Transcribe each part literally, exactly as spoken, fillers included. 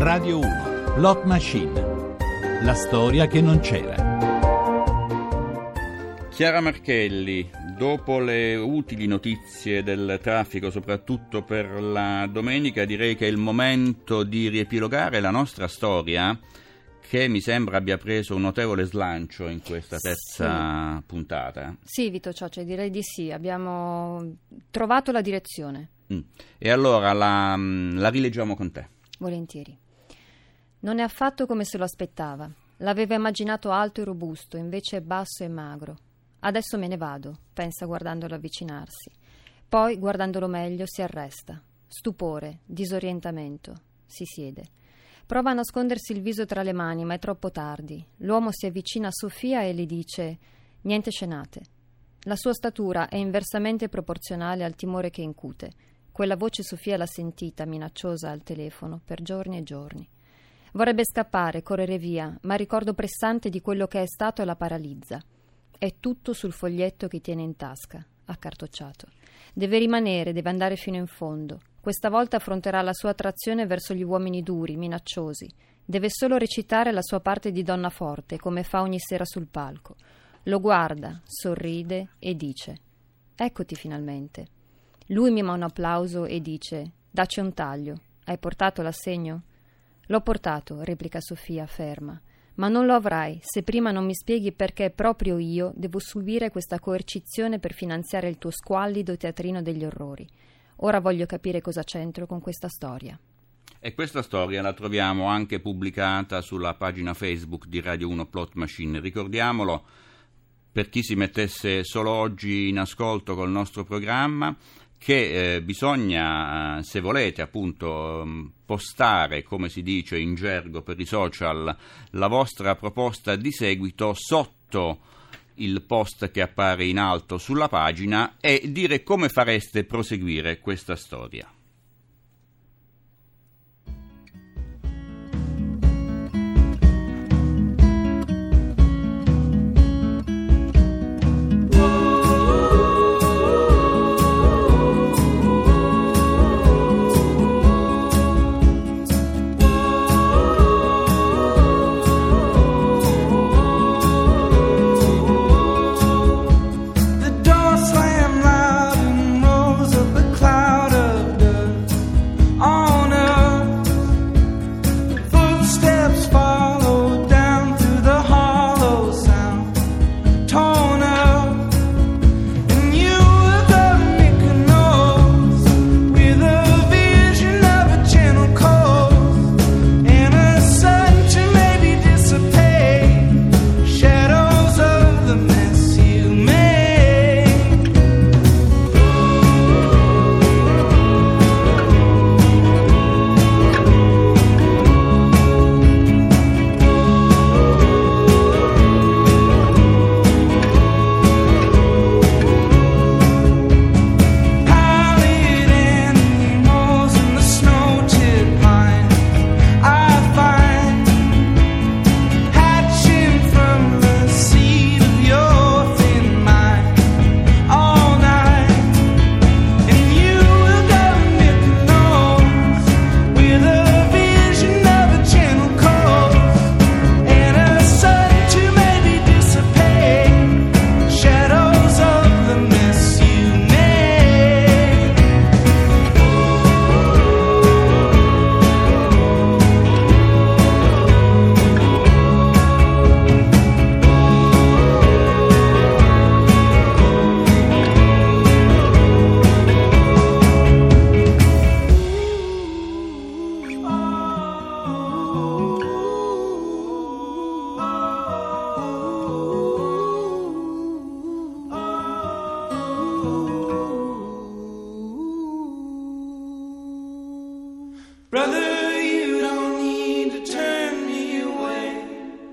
Radio uno, Lot Machine, la storia che non c'era. Chiara Marchelli, dopo le utili notizie del traffico, soprattutto per la domenica, direi che è il momento di riepilogare la nostra storia, che mi sembra abbia preso un notevole slancio in questa terza sì. puntata. Sì, Vito Cioccia, direi di sì, abbiamo trovato la direzione. Mm. E allora la, la rileggiamo con te. Volentieri. Non è affatto come se lo aspettava. L'aveva immaginato alto e robusto, invece è basso e magro. Adesso me ne vado, pensa guardandolo avvicinarsi. Poi, guardandolo meglio, si arresta. Stupore, disorientamento. Si siede. Prova a nascondersi il viso tra le mani, ma è troppo tardi. L'uomo si avvicina a Sofia e le dice: niente scenate. La sua statura è inversamente proporzionale al timore che incute. Quella voce Sofia l'ha sentita, minacciosa, al telefono, per giorni e giorni. Vorrebbe scappare, correre via, ma il ricordo pressante di quello che è stato la paralizza. È tutto sul foglietto che tiene in tasca, accartocciato. Deve rimanere, deve andare fino in fondo. Questa volta affronterà la sua attrazione verso gli uomini duri, minacciosi. Deve solo recitare la sua parte di donna forte, come fa ogni sera sul palco. Lo guarda, sorride e dice: eccoti finalmente. Lui mima un applauso e dice: dacci un taglio. Hai portato l'assegno? L'ho portato, replica Sofia, ferma. Ma non lo avrai se prima non mi spieghi perché proprio io devo subire questa coercizione per finanziare il tuo squallido teatrino degli orrori. Ora voglio capire cosa c'entro con questa storia. E questa storia la troviamo anche pubblicata sulla pagina Facebook di Radio uno Plot Machine. Ricordiamolo, per chi si mettesse solo oggi in ascolto col nostro programma, che eh, bisogna, se volete appunto postare, come si dice in gergo per i social, la vostra proposta di seguito sotto il post che appare in alto sulla pagina e dire come fareste proseguire questa storia. Brother, you don't need to turn me away.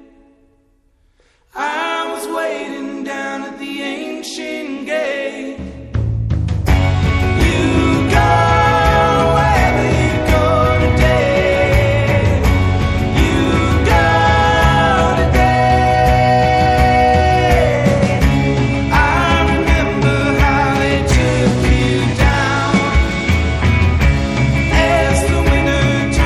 I was waiting down at the ancient gate. You go wherever you go today. You go today. I remember how they took you down as the winter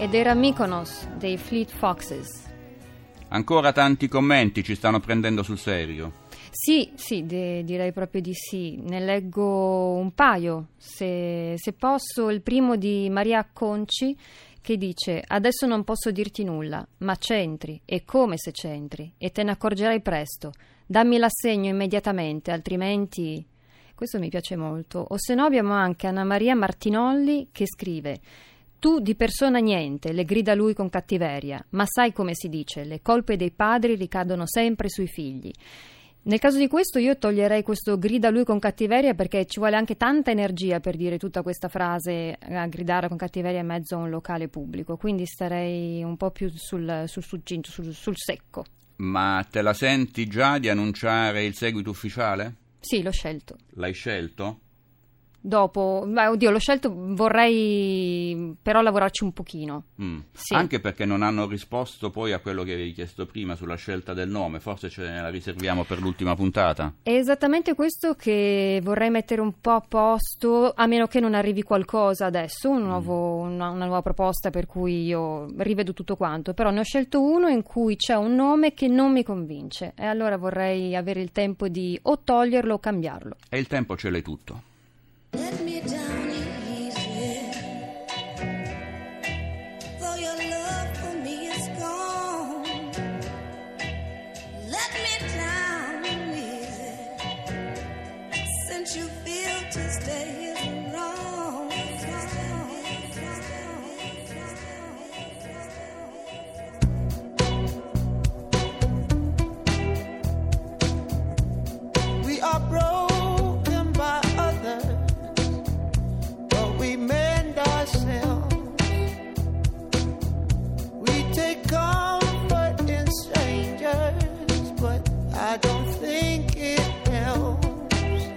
ed era Mykonos dei Fleet Foxes. Ancora tanti commenti ci stanno prendendo sul serio. Sì, sì, de- direi proprio di sì. Ne leggo un paio, se, se posso. Il primo di Maria Conci, che dice: adesso non posso dirti nulla, ma c'entri, e come se c'entri, e te ne accorgerai presto. Dammi l'assegno immediatamente, altrimenti... Questo mi piace molto. O se no abbiamo anche Anna Maria Martinolli che scrive: tu di persona niente, le grida lui con cattiveria, ma sai come si dice, le colpe dei padri ricadono sempre sui figli. Nel caso di questo io toglierei questo grida lui con cattiveria, perché ci vuole anche tanta energia per dire tutta questa frase, a gridare con cattiveria in mezzo a un locale pubblico, quindi starei un po' più sul, sul succinto, sul, sul secco. Ma te la senti già di annunciare il seguito ufficiale? Sì, l'ho scelto. L'hai scelto? Dopo, beh, oddio, l'ho scelto, vorrei però lavorarci un pochino. Mm. Sì. Anche perché non hanno risposto poi a quello che avevi chiesto prima sulla scelta del nome, forse ce la riserviamo per l'ultima puntata. È esattamente questo che vorrei mettere un po' a posto, a meno che non arrivi qualcosa adesso, un nuovo, una, una nuova proposta per cui io rivedo tutto quanto, però ne ho scelto uno in cui c'è un nome che non mi convince e allora vorrei avere il tempo di o toglierlo o cambiarlo. E il tempo ce l'hai tutto. Let me down easy, though your love for me is gone. Let me down easy, since you feel to stay is wrong. We are broken by others, we mend ourselves. We take comfort in strangers, but I don't think it helps.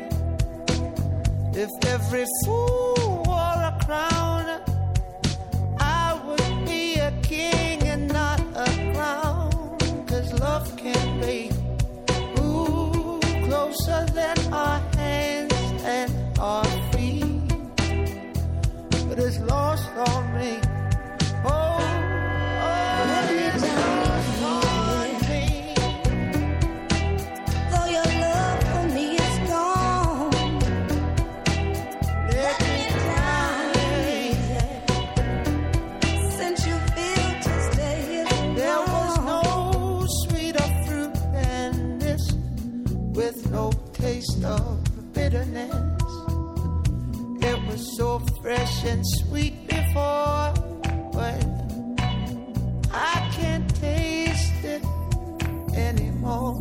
If every fool wore a crown, I would be a king and not a clown. 'Cause love can be ooh, closer than our hands and our feet. But it's lost on me. Oh, oh, it's lost on me. Though your love for me is gone, let me down easy, since you feel to stay is wrong. There was no sweeter fruit than this, with no taste of bitterness. It was so fresh and sweet before, but I can't taste it anymore.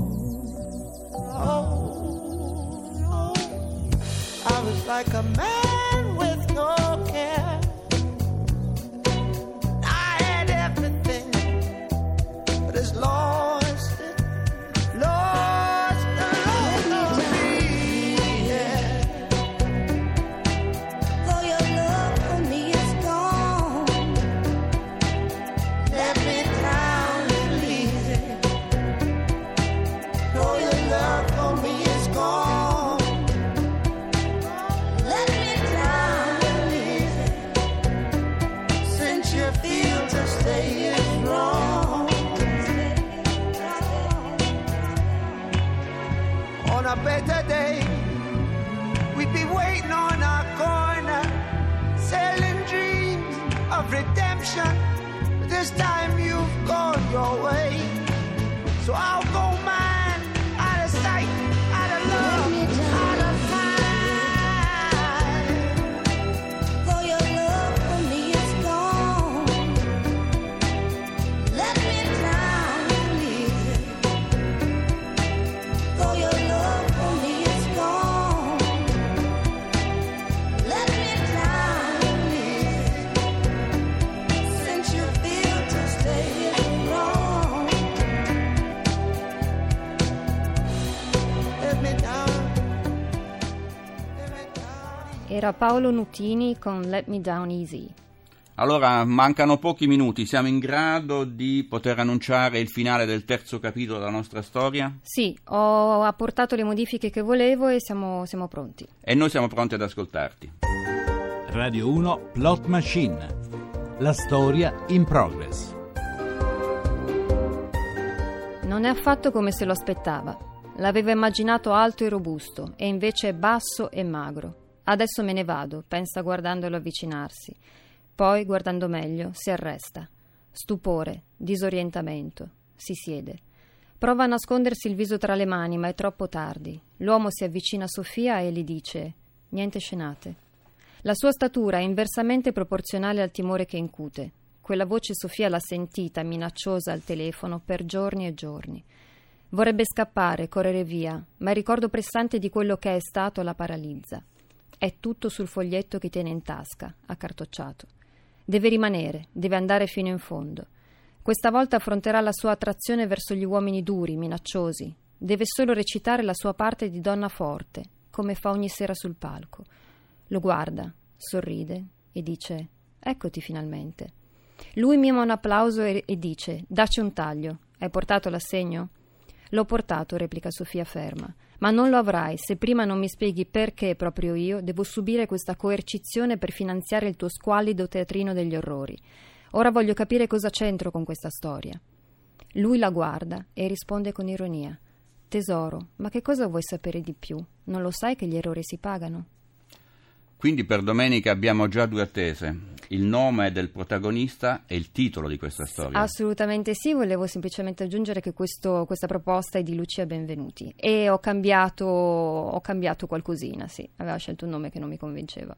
Oh, no. I was like a man with no care. I had everything, but it's lost it, lost the love of me, yeah. Though your love for me is gone, let me down easy. Though your love for me is gone, let me down easy, since you feel to stay is wrong. On a better day, we'd be waiting on our corner, selling dreams of redemption. But this time you've gone your way, so I'll go mine, out of sight, out of love, out of mind. Though your love for me is gone, let me down easy. Though your love for me is gone, let me down easy, since you feel to stay is wrong. Let me down, let me down. Era Paolo Nutini con Let Me Down Easy. Allora, mancano pochi minuti, siamo in grado di poter annunciare il finale del terzo capitolo della nostra storia? Sì, ho apportato le modifiche che volevo e siamo, siamo pronti. E noi siamo pronti ad ascoltarti. Radio uno Plot Machine. La storia in progress. Non è affatto come se lo aspettava. L'aveva immaginato alto e robusto, e invece è basso e magro. Adesso me ne vado, pensa guardandolo avvicinarsi. Poi, guardando meglio, si arresta. Stupore, disorientamento. Si siede. Prova a nascondersi il viso tra le mani, ma è troppo tardi. L'uomo si avvicina a Sofia e gli dice: niente scenate. La sua statura è inversamente proporzionale al timore che incute. Quella voce Sofia l'ha sentita, minacciosa al telefono, per giorni e giorni. Vorrebbe scappare, correre via, ma il ricordo pressante di quello che è stato la paralizza. È tutto sul foglietto che tiene in tasca, accartocciato. Deve rimanere, deve andare fino in fondo. Questa volta affronterà la sua attrazione verso gli uomini duri, minacciosi. Deve solo recitare la sua parte di donna forte, come fa ogni sera sul palco. Lo guarda, sorride e dice: eccoti finalmente. Lui mima un applauso e, e dice: dacci un taglio. Hai portato l'assegno? L'ho portato, replica Sofia ferma. Ma non lo avrai se prima non mi spieghi perché proprio io devo subire questa coercizione per finanziare il tuo squallido teatrino degli orrori. Ora voglio capire cosa c'entro con questa storia. Lui la guarda e risponde con ironia: tesoro, ma che cosa vuoi sapere di più? Non lo sai che gli errori si pagano? Quindi per domenica abbiamo già due attese: il nome del protagonista e il titolo di questa storia. Assolutamente sì, volevo semplicemente aggiungere che questo, questa proposta è di Lucia Benvenuti e ho cambiato, ho cambiato qualcosina, sì, aveva scelto un nome che non mi convinceva.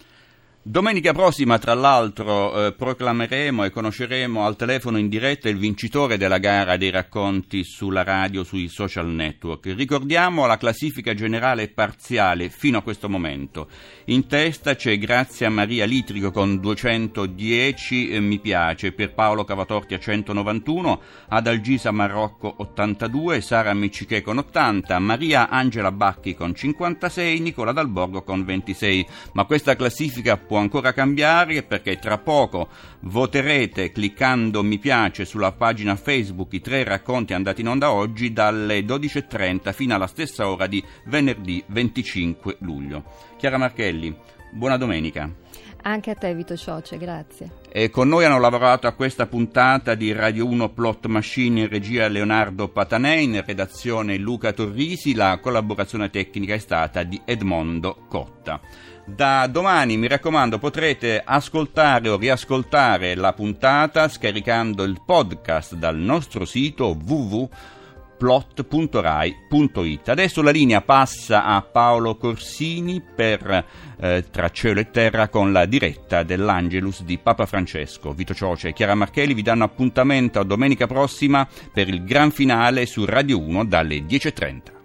Domenica prossima, tra l'altro, eh, proclameremo e conosceremo al telefono in diretta il vincitore della gara dei racconti sulla radio, sui social network. Ricordiamo la classifica generale parziale fino a questo momento. In testa c'è Grazia Maria Litrico con duecentodieci eh, mi piace, Pierpaolo Cavatorti a centonovantuno, Adalgisa Marocco ottantadue, Sara Miccichè con ottanta, Maria Angela Bacchi con cinquantasei, Nicola Dalborgo con ventisei. Ma questa classifica può ancora cambiare, perché tra poco voterete cliccando mi piace sulla pagina Facebook i tre racconti andati in onda oggi dalle dodici e trenta fino alla stessa ora di venerdì venticinque luglio. Chiara Marchelli, buona domenica. Anche a te Vito Cioce, grazie. E con noi hanno lavorato a questa puntata di Radio uno Plot Machine in regia Leonardo Patanè, in redazione Luca Torrisi, la collaborazione tecnica è stata di Edmondo Cotta. Da domani, mi raccomando, potrete ascoltare o riascoltare la puntata scaricando il podcast dal nostro sito w w w punto plot punto rai punto it. Adesso la linea passa a Paolo Corsini per eh, Tra cielo e terra con la diretta dell'Angelus di Papa Francesco. Vito Cioce e Chiara Marchelli vi danno appuntamento a domenica prossima per il gran finale su Radio uno dalle dieci e trenta.